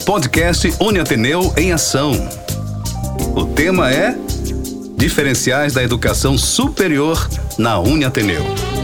podcast UniAteneu em Ação. O tema é Diferenciais da Educação Superior na UniAteneu.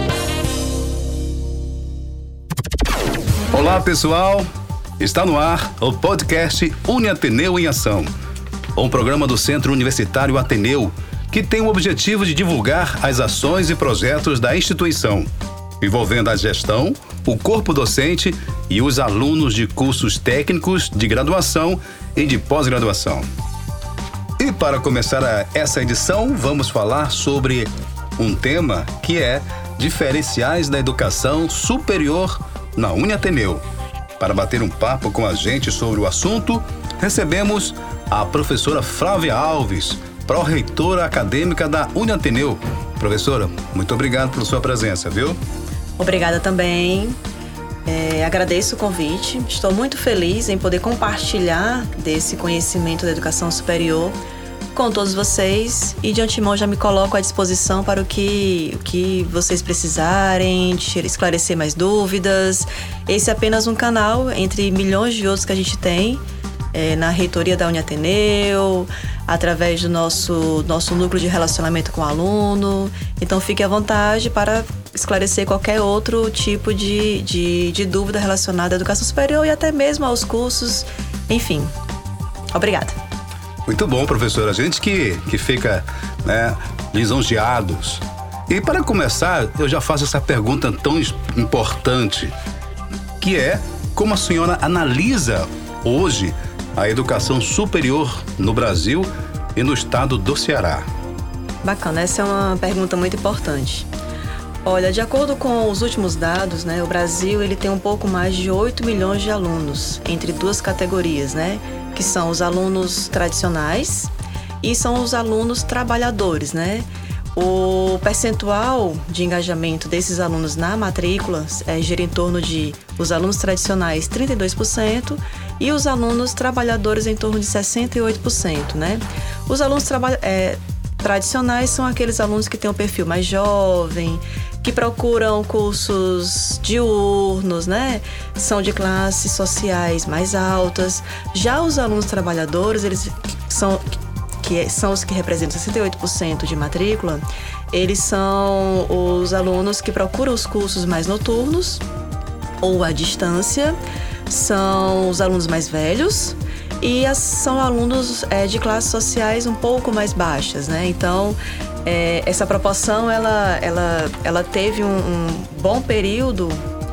Olá, pessoal! Está no ar o podcast UniAteneu em Ação, um programa do Centro Universitário Ateneu que tem o objetivo de divulgar as ações e projetos da instituição, envolvendo a gestão, o corpo docente e os alunos de cursos técnicos de graduação e de pós-graduação. E para começar essa edição, vamos falar sobre um tema que é Diferenciais da Educação Superior na UniAteneu. Para bater um papo com a gente sobre o assunto, recebemos a professora Flávia Alves, pró-reitora acadêmica da UniAteneu. Professora, muito obrigado pela sua presença, viu? Obrigada também. Agradeço o convite. Estou muito feliz em poder compartilhar desse conhecimento da educação superior com todos vocês e de antemão já me coloco à disposição para o que vocês precisarem, de esclarecer mais dúvidas. Esse é apenas um canal entre milhões de outros que a gente tem na reitoria da UniAteneu, através do nosso núcleo de relacionamento com o aluno. Então fique à vontade para esclarecer qualquer outro tipo de dúvida relacionada à educação superior e até mesmo aos cursos, enfim. Obrigada. Muito bom, professora. A gente que fica, lisonjeados. E para começar, eu já faço essa pergunta tão importante, que é como a senhora analisa hoje a educação superior no Brasil e no estado do Ceará. Bacana, essa é uma pergunta muito importante. Olha, de acordo com os últimos dados, o Brasil ele tem um pouco mais de 8 milhões de alunos, entre duas categorias, que são os alunos tradicionais e são os alunos trabalhadores, O percentual de engajamento desses alunos na matrícula gira em torno de os alunos tradicionais 32% e os alunos trabalhadores em torno de 68%, Os alunos tradicionais são aqueles alunos que têm um perfil mais jovem, que procuram cursos diurnos, São de classes sociais mais altas. Já os alunos trabalhadores, eles são os que representam 68% de matrícula, eles são os alunos que procuram os cursos mais noturnos ou à distância, são os alunos mais velhos e são alunos de classes sociais um pouco mais baixas, Então, essa proporção, ela teve um bom período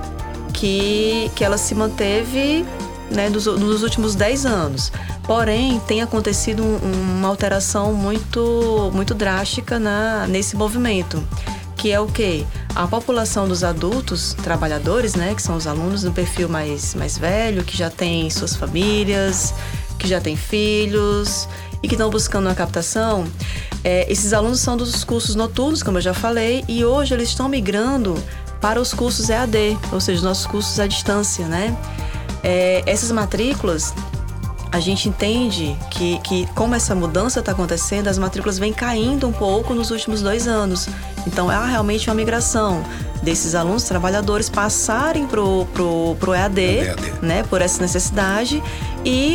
que ela se manteve nos últimos 10 anos. Porém, tem acontecido uma alteração muito drástica nesse movimento, que é o quê? A população dos adultos trabalhadores, que são os alunos do perfil mais velho, que já tem suas famílias, que já tem filhos e que estão buscando uma captação, esses alunos são dos cursos noturnos, como eu já falei, e hoje eles estão migrando para os cursos EAD, ou seja, os nossos cursos à distância, Essas matrículas, a gente entende que como essa mudança está acontecendo, as matrículas vêm caindo um pouco nos últimos 2 anos. Então, há realmente uma migração desses alunos trabalhadores passarem pro EAD, por essa necessidade. E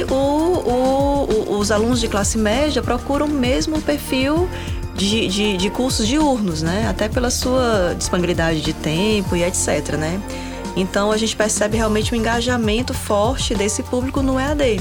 os alunos de classe média procuram mesmo o perfil de cursos diurnos, Até pela sua disponibilidade de tempo e etc, Então, a gente percebe realmente um engajamento forte desse público no EAD,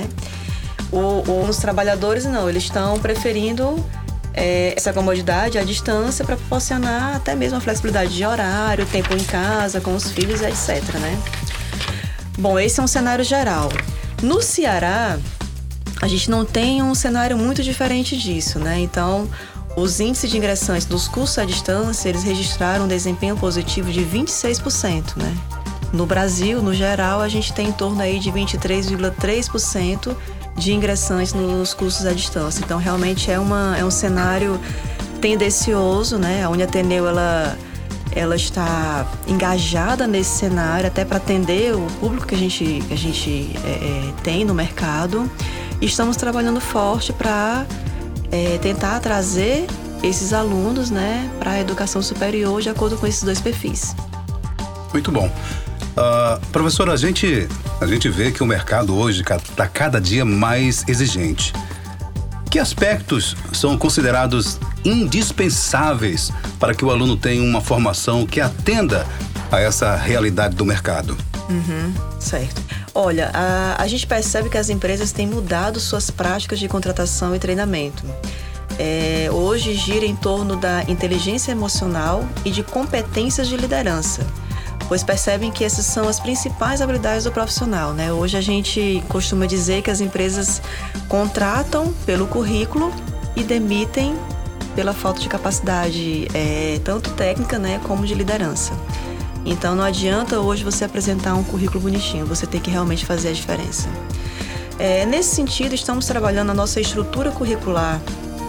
Os trabalhadores, não, eles estão preferindo essa comodidade à distância para proporcionar até mesmo a flexibilidade de horário, tempo em casa, com os filhos, etc, Bom, esse é um cenário geral. No Ceará, a gente não tem um cenário muito diferente disso, Então, os índices de ingressantes dos cursos à distância, eles registraram um desempenho positivo de 26%, No Brasil, no geral, a gente tem em torno aí de 23,3% de ingressantes nos cursos à distância. Então, realmente é um cenário tendencioso, A UniAteneu, ela está engajada nesse cenário, até para atender o público que a gente tem no mercado. E estamos trabalhando forte para tentar trazer esses alunos, para a educação superior de acordo com esses 2 perfis. Muito bom. Professora, a gente vê que o mercado hoje está cada dia mais exigente. Que aspectos são considerados indispensáveis para que o aluno tenha uma formação que atenda a essa realidade do mercado? Certo. Olha, a gente percebe que as empresas têm mudado suas práticas de contratação e treinamento. Hoje gira em torno da inteligência emocional e de competências de liderança, pois percebem que essas são as principais habilidades do profissional, né? Hoje a gente costuma dizer que as empresas contratam pelo currículo e demitem pela falta de capacidade, tanto técnica, né, como de liderança. Então não adianta hoje você apresentar um currículo bonitinho, você tem que realmente fazer a diferença. Nesse sentido, estamos trabalhando a nossa estrutura curricular,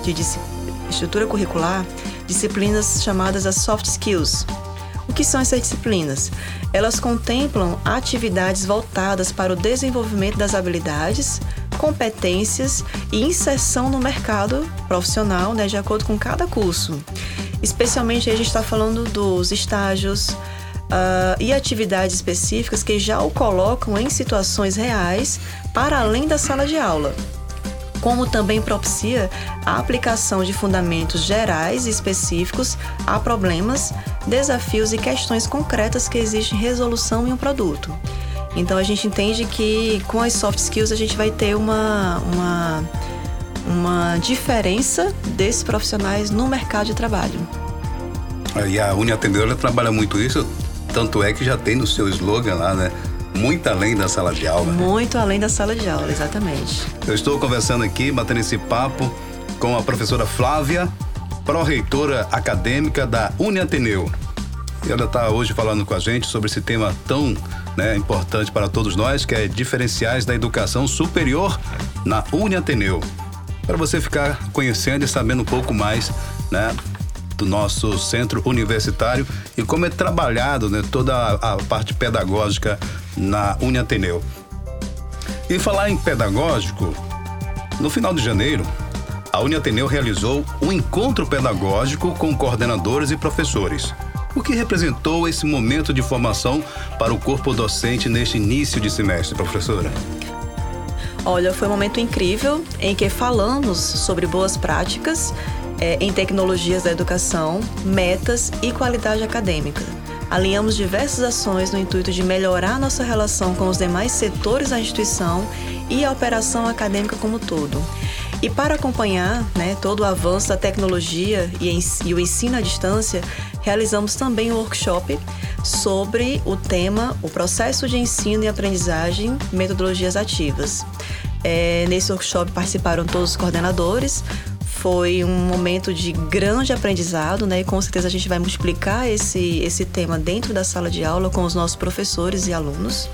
disciplinas chamadas as soft skills. O que são essas disciplinas? Elas contemplam atividades voltadas para o desenvolvimento das habilidades, competências e inserção no mercado profissional, né, de acordo com cada curso. Especialmente a gente está falando dos estágios e atividades específicas que já o colocam em situações reais para além da sala de aula, como também propicia a aplicação de fundamentos gerais e específicos a problemas, desafios e questões concretas que exigem resolução em um produto. Então a gente entende que com as soft skills a gente vai ter uma diferença desses profissionais no mercado de trabalho. E a Uniateneu, ela trabalha muito isso, tanto é que já tem no seu slogan lá, né? Muito além da sala de aula. Muito além da sala de aula, exatamente. Eu estou conversando aqui, batendo esse papo com a professora Flávia, pró-reitora acadêmica da Uniateneu. E ela está hoje falando com a gente sobre esse tema tão, importante para todos nós, que é diferenciais da educação superior na Uniateneu. Para você ficar conhecendo e sabendo um pouco mais, do nosso centro universitário e como é trabalhado, toda a parte pedagógica na Uniateneu. E falar em pedagógico, no final de janeiro, a Uniateneu realizou um encontro pedagógico com coordenadores e professores. O que representou esse momento de formação para o corpo docente neste início de semestre, professora? Olha, foi um momento incrível em que falamos sobre boas práticas em tecnologias da educação, metas e qualidade acadêmica. Alinhamos diversas ações no intuito de melhorar nossa relação com os demais setores da instituição e a operação acadêmica como um todo. E para acompanhar todo o avanço da tecnologia e o ensino à distância, realizamos também um workshop sobre o tema o processo de ensino e aprendizagem, metodologias ativas. Nesse workshop participaram todos os coordenadores. Foi um momento de grande aprendizado, e com certeza a gente vai multiplicar esse tema dentro da sala de aula com os nossos professores e alunos.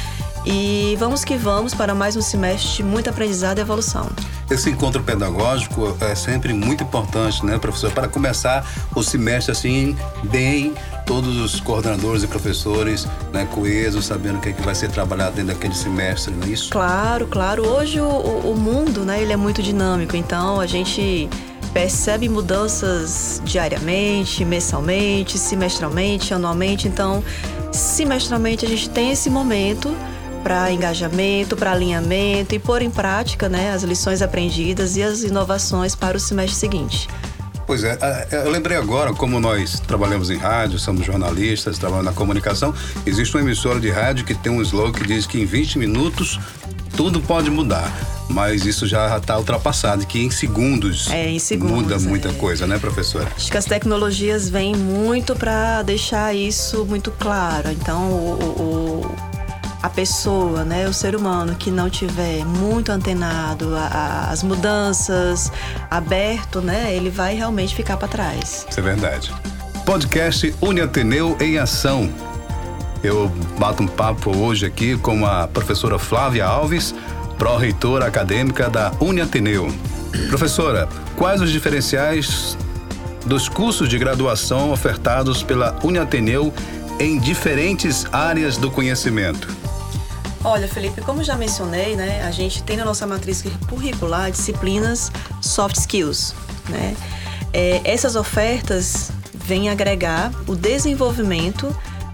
E vamos que vamos para mais um semestre de muito aprendizado e evolução. Esse encontro pedagógico é sempre muito importante, professor? Para começar o semestre assim, bem, todos os coordenadores e professores, coesos, sabendo o que vai ser trabalhado dentro daquele semestre, não é isso? Claro. Hoje o mundo, ele é muito dinâmico, então a gente percebe mudanças diariamente, mensalmente, semestralmente, anualmente. Então, semestralmente a gente tem esse momento para engajamento, para alinhamento e pôr em prática as lições aprendidas e as inovações para o semestre seguinte. Pois é, eu lembrei agora, como nós trabalhamos em rádio, somos jornalistas, trabalhamos na comunicação, existe uma emissora de rádio que tem um slogan que diz que em 20 minutos tudo pode mudar, mas isso já está ultrapassado, que em segundos, muda muita coisa, professora? Acho que as tecnologias vêm muito para deixar isso muito claro. Então, a pessoa, o ser humano que não tiver muito antenado às mudanças, aberto, ele vai realmente ficar para trás. Isso é verdade. Podcast Uniateneu em Ação. Eu bato um papo hoje aqui com a professora Flávia Alves, pró-reitora acadêmica da Uniateneu. Professora, quais os diferenciais dos cursos de graduação ofertados pela Uniateneu em diferentes áreas do conhecimento? Olha, Felipe, como já mencionei, a gente tem na nossa matriz curricular disciplinas soft skills, Essas ofertas vêm agregar o desenvolvimento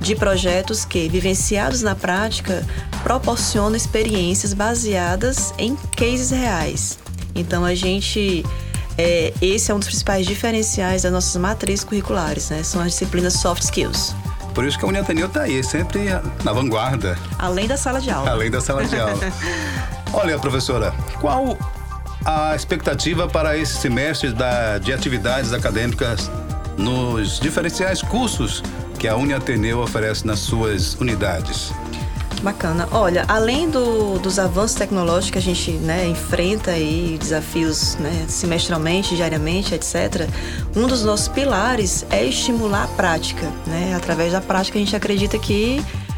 de projetos que, vivenciados na prática, proporcionam experiências baseadas em cases reais. Então, esse é um dos principais diferenciais das nossas matrizes curriculares, né? São as disciplinas soft skills. Por isso que a Uniateneu está aí, sempre na vanguarda. Além da sala de aula. Além da sala de aula. Olha, professora, qual a expectativa para esse semestre de atividades acadêmicas nos diferenciais cursos que a Uniateneu oferece nas suas unidades? Bacana. Olha, além dos avanços tecnológicos que a gente, né, enfrenta aí, desafios, né, semestralmente, diariamente, etc., um dos nossos pilares é estimular a prática, né? Através da prática a gente acredita que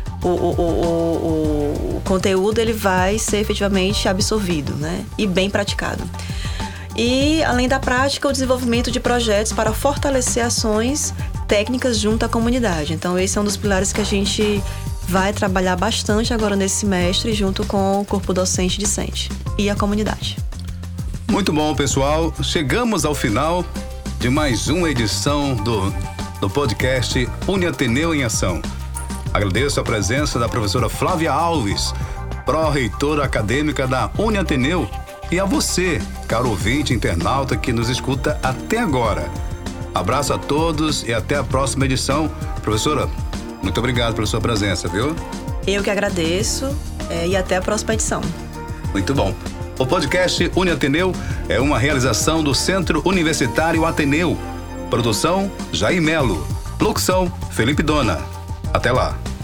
o conteúdo ele vai ser efetivamente absorvido, né, e bem praticado. E, além da prática, o desenvolvimento de projetos para fortalecer ações técnicas junto à comunidade. Então, esse é um dos pilares que a gente vai trabalhar bastante agora nesse semestre, junto com o corpo docente discente e a comunidade. Muito bom, pessoal. Chegamos ao final de mais uma edição do podcast Uniateneu em Ação. Agradeço a presença da professora Flávia Alves, pró-reitora acadêmica da Uniateneu, e a você, caro ouvinte internauta que nos escuta até agora. Abraço a todos e até a próxima edição. Professora, muito obrigado pela sua presença, viu? Eu que agradeço e até a próxima edição. Muito bom. O podcast Uniateneu é uma realização do Centro Universitário Ateneu. Produção, Jair Melo. Locução, Felipe Dona. Até lá.